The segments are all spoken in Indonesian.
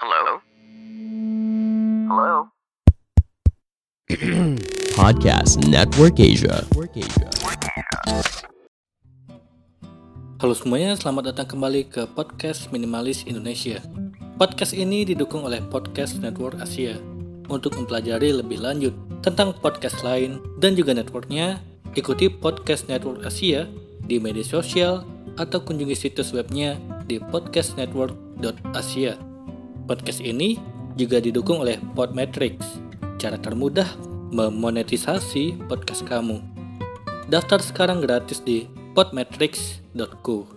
Hello? Hello? Podcast Network Asia. Halo semuanya, selamat datang kembali ke Podcast Minimalis Indonesia. Podcast ini didukung oleh Podcast Network Asia. Untuk mempelajari lebih lanjut tentang podcast lain dan juga networknya, ikuti Podcast Network Asia di media sosial atau kunjungi situs webnya di podcastnetwork.asia. Podcast ini juga didukung oleh Podmetrics, cara termudah memonetisasi podcast kamu. Daftar sekarang gratis di podmetrics.co.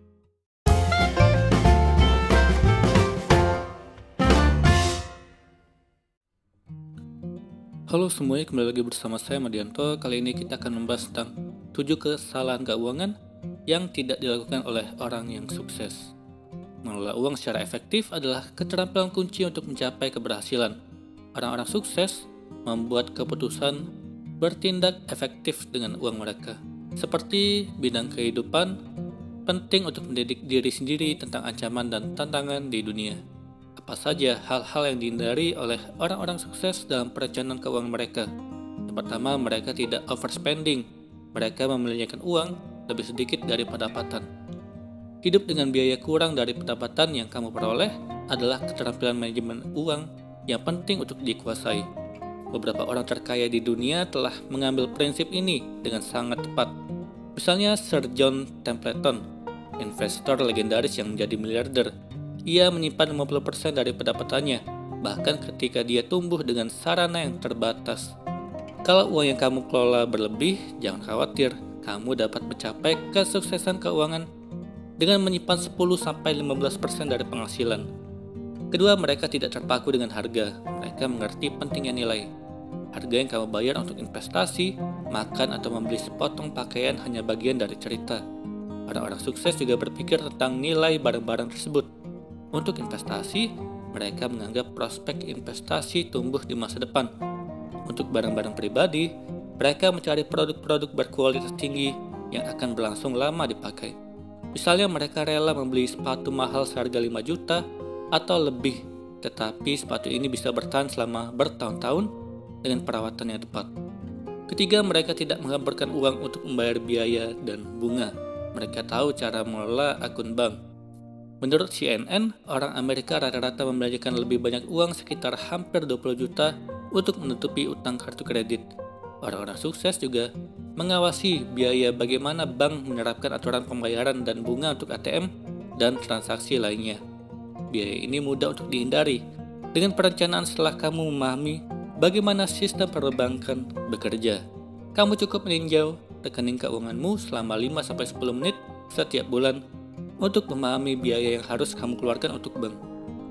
Halo semuanya, kembali lagi bersama saya Madianto. Kali ini kita akan membahas tentang 7 kesalahan keuangan yang tidak dilakukan oleh orang yang sukses. Mengelola uang secara efektif adalah keterampilan kunci untuk mencapai keberhasilan. Orang-orang sukses membuat keputusan bertindak efektif dengan uang mereka. Seperti bidang kehidupan, penting untuk mendidik diri sendiri tentang ancaman dan tantangan di dunia. Apa saja hal-hal yang dihindari oleh orang-orang sukses dalam perencanaan keuangan mereka? Yang pertama, mereka tidak overspending. Mereka membelanjakan uang lebih sedikit dari pendapatan. Hidup dengan biaya kurang dari pendapatan yang kamu peroleh adalah keterampilan manajemen uang yang penting untuk dikuasai. Beberapa orang terkaya di dunia telah mengambil prinsip ini dengan sangat tepat. Misalnya Sir John Templeton, investor legendaris yang menjadi miliarder. Ia menyimpan 50% dari pendapatannya, bahkan ketika dia tumbuh dengan sarana yang terbatas. Kalau uang yang kamu kelola berlebih, jangan khawatir, kamu dapat mencapai kesuksesan keuangan dengan menyimpan 10-15% dari penghasilan. Kedua, mereka tidak terpaku dengan harga. Mereka mengerti pentingnya nilai. Harga yang kamu bayar untuk investasi, makan, atau membeli sepotong pakaian hanya bagian dari cerita. Orang-orang sukses juga berpikir tentang nilai barang-barang tersebut. Untuk investasi, mereka menganggap prospek investasi tumbuh di masa depan. Untuk barang-barang pribadi, mereka mencari produk-produk berkualitas tinggi yang akan berlangsung lama dipakai. Misalnya mereka rela membeli sepatu mahal seharga 5 juta atau lebih, tetapi sepatu ini bisa bertahan selama bertahun-tahun dengan perawatan yang tepat. Ketiga, mereka tidak menghamburkan uang untuk membayar biaya dan bunga. Mereka tahu cara mengelola akun bank. Menurut CNN, orang Amerika rata-rata membelanjakan lebih banyak uang, sekitar hampir 20 juta untuk menutupi utang kartu kredit. Orang-orang sukses juga mengawasi biaya bagaimana bank menerapkan aturan pembayaran dan bunga untuk ATM dan transaksi lainnya. Biaya ini mudah untuk dihindari dengan perencanaan setelah kamu memahami bagaimana sistem perbankan bekerja. Kamu cukup meninjau rekening keuanganmu selama 5-10 menit setiap bulan untuk memahami biaya yang harus kamu keluarkan untuk bank.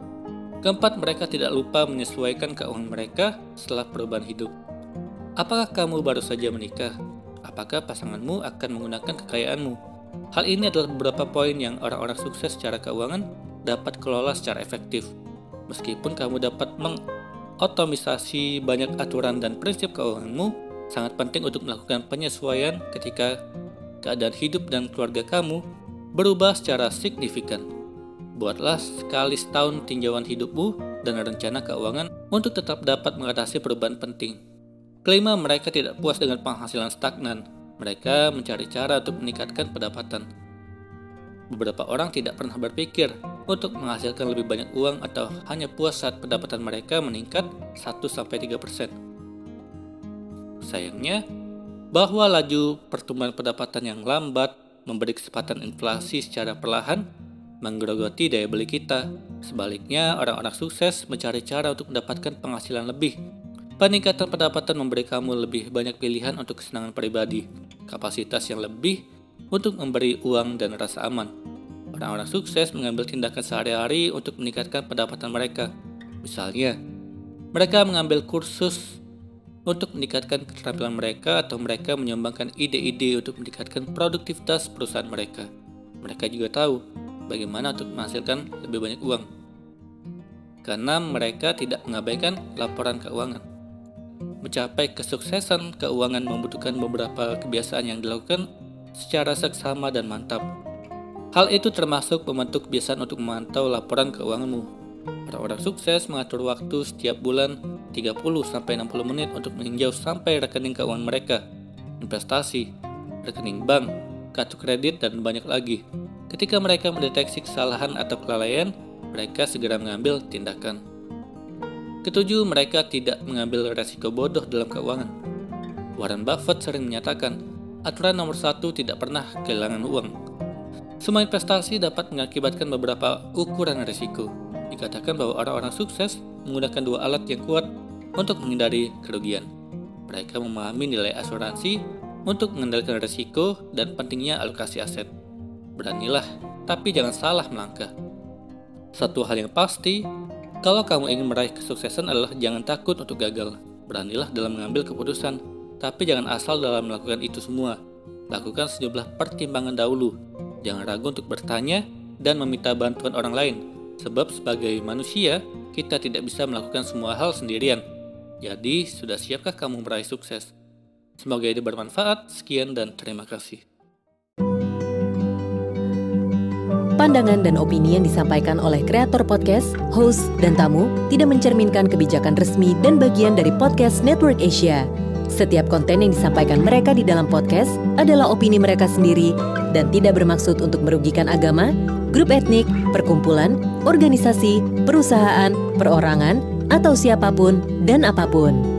Keempat, mereka tidak lupa menyesuaikan keuangan mereka setelah perubahan hidup. Apakah kamu baru saja menikah? Apakah pasanganmu akan menggunakan kekayaanmu? Hal ini adalah beberapa poin yang orang-orang sukses secara keuangan dapat kelola secara efektif. Meskipun kamu dapat mengotomisasi banyak aturan dan prinsip keuanganmu, sangat penting untuk melakukan penyesuaian ketika keadaan hidup dan keluarga kamu berubah secara signifikan. Buatlah sekali setahun tinjauan hidupmu dan rencana keuangan untuk tetap dapat mengatasi perubahan penting. Kelima, mereka tidak puas dengan penghasilan stagnan. Mereka mencari cara untuk meningkatkan pendapatan. Beberapa orang tidak pernah berpikir untuk menghasilkan lebih banyak uang atau hanya puas saat pendapatan mereka meningkat 1-3%. Sayangnya, bahwa laju pertumbuhan pendapatan yang lambat memberi kesempatan inflasi secara perlahan menggerogoti daya beli kita. Sebaliknya, orang-orang sukses mencari cara untuk mendapatkan penghasilan lebih. Peningkatan pendapatan memberi kamu lebih banyak pilihan untuk kesenangan pribadi, kapasitas yang lebih untuk memberi uang dan rasa aman. Orang-orang sukses mengambil tindakan sehari-hari untuk meningkatkan pendapatan mereka. Misalnya, mereka mengambil kursus untuk meningkatkan keterampilan mereka atau mereka menyumbangkan ide-ide untuk meningkatkan produktivitas perusahaan mereka. Mereka juga tahu bagaimana untuk menghasilkan lebih banyak uang, karena mereka tidak mengabaikan laporan keuangan. Mencapai kesuksesan keuangan membutuhkan beberapa kebiasaan yang dilakukan secara seksama dan mantap. Hal itu termasuk membentuk kebiasaan untuk memantau laporan keuanganmu. Orang-orang sukses mengatur waktu setiap bulan 30-60 menit untuk meninjau sampai rekening keuangan mereka, investasi, rekening bank, kartu kredit, dan banyak lagi. Ketika mereka mendeteksi kesalahan atau kelalaian, mereka segera mengambil tindakan. Ketujuh, mereka tidak mengambil resiko bodoh dalam keuangan. Warren Buffett sering menyatakan, aturan nomor 1 tidak pernah kehilangan uang. Semua investasi dapat mengakibatkan beberapa ukuran risiko. Dikatakan bahwa orang-orang sukses menggunakan 2 alat yang kuat untuk menghindari kerugian. Mereka memahami nilai asuransi untuk mengendalikan risiko dan pentingnya alokasi aset. Beranilah, tapi jangan salah melangkah. Satu hal yang pasti, kalau kamu ingin meraih kesuksesan adalah jangan takut untuk gagal. Beranilah dalam mengambil keputusan, tapi jangan asal dalam melakukan itu semua. Lakukan sejumlah pertimbangan dahulu. Jangan ragu untuk bertanya dan meminta bantuan orang lain. Sebab sebagai manusia, kita tidak bisa melakukan semua hal sendirian. Jadi, sudah siapkah kamu meraih sukses? Semoga ini bermanfaat. Sekian dan terima kasih. Pandangan dan opini yang disampaikan oleh kreator podcast, host, dan tamu tidak mencerminkan kebijakan resmi dan bagian dari podcast Network Asia. Setiap konten yang disampaikan mereka di dalam podcast adalah opini mereka sendiri dan tidak bermaksud untuk merugikan agama, grup etnik, perkumpulan, organisasi, perusahaan, perorangan, atau siapapun dan apapun.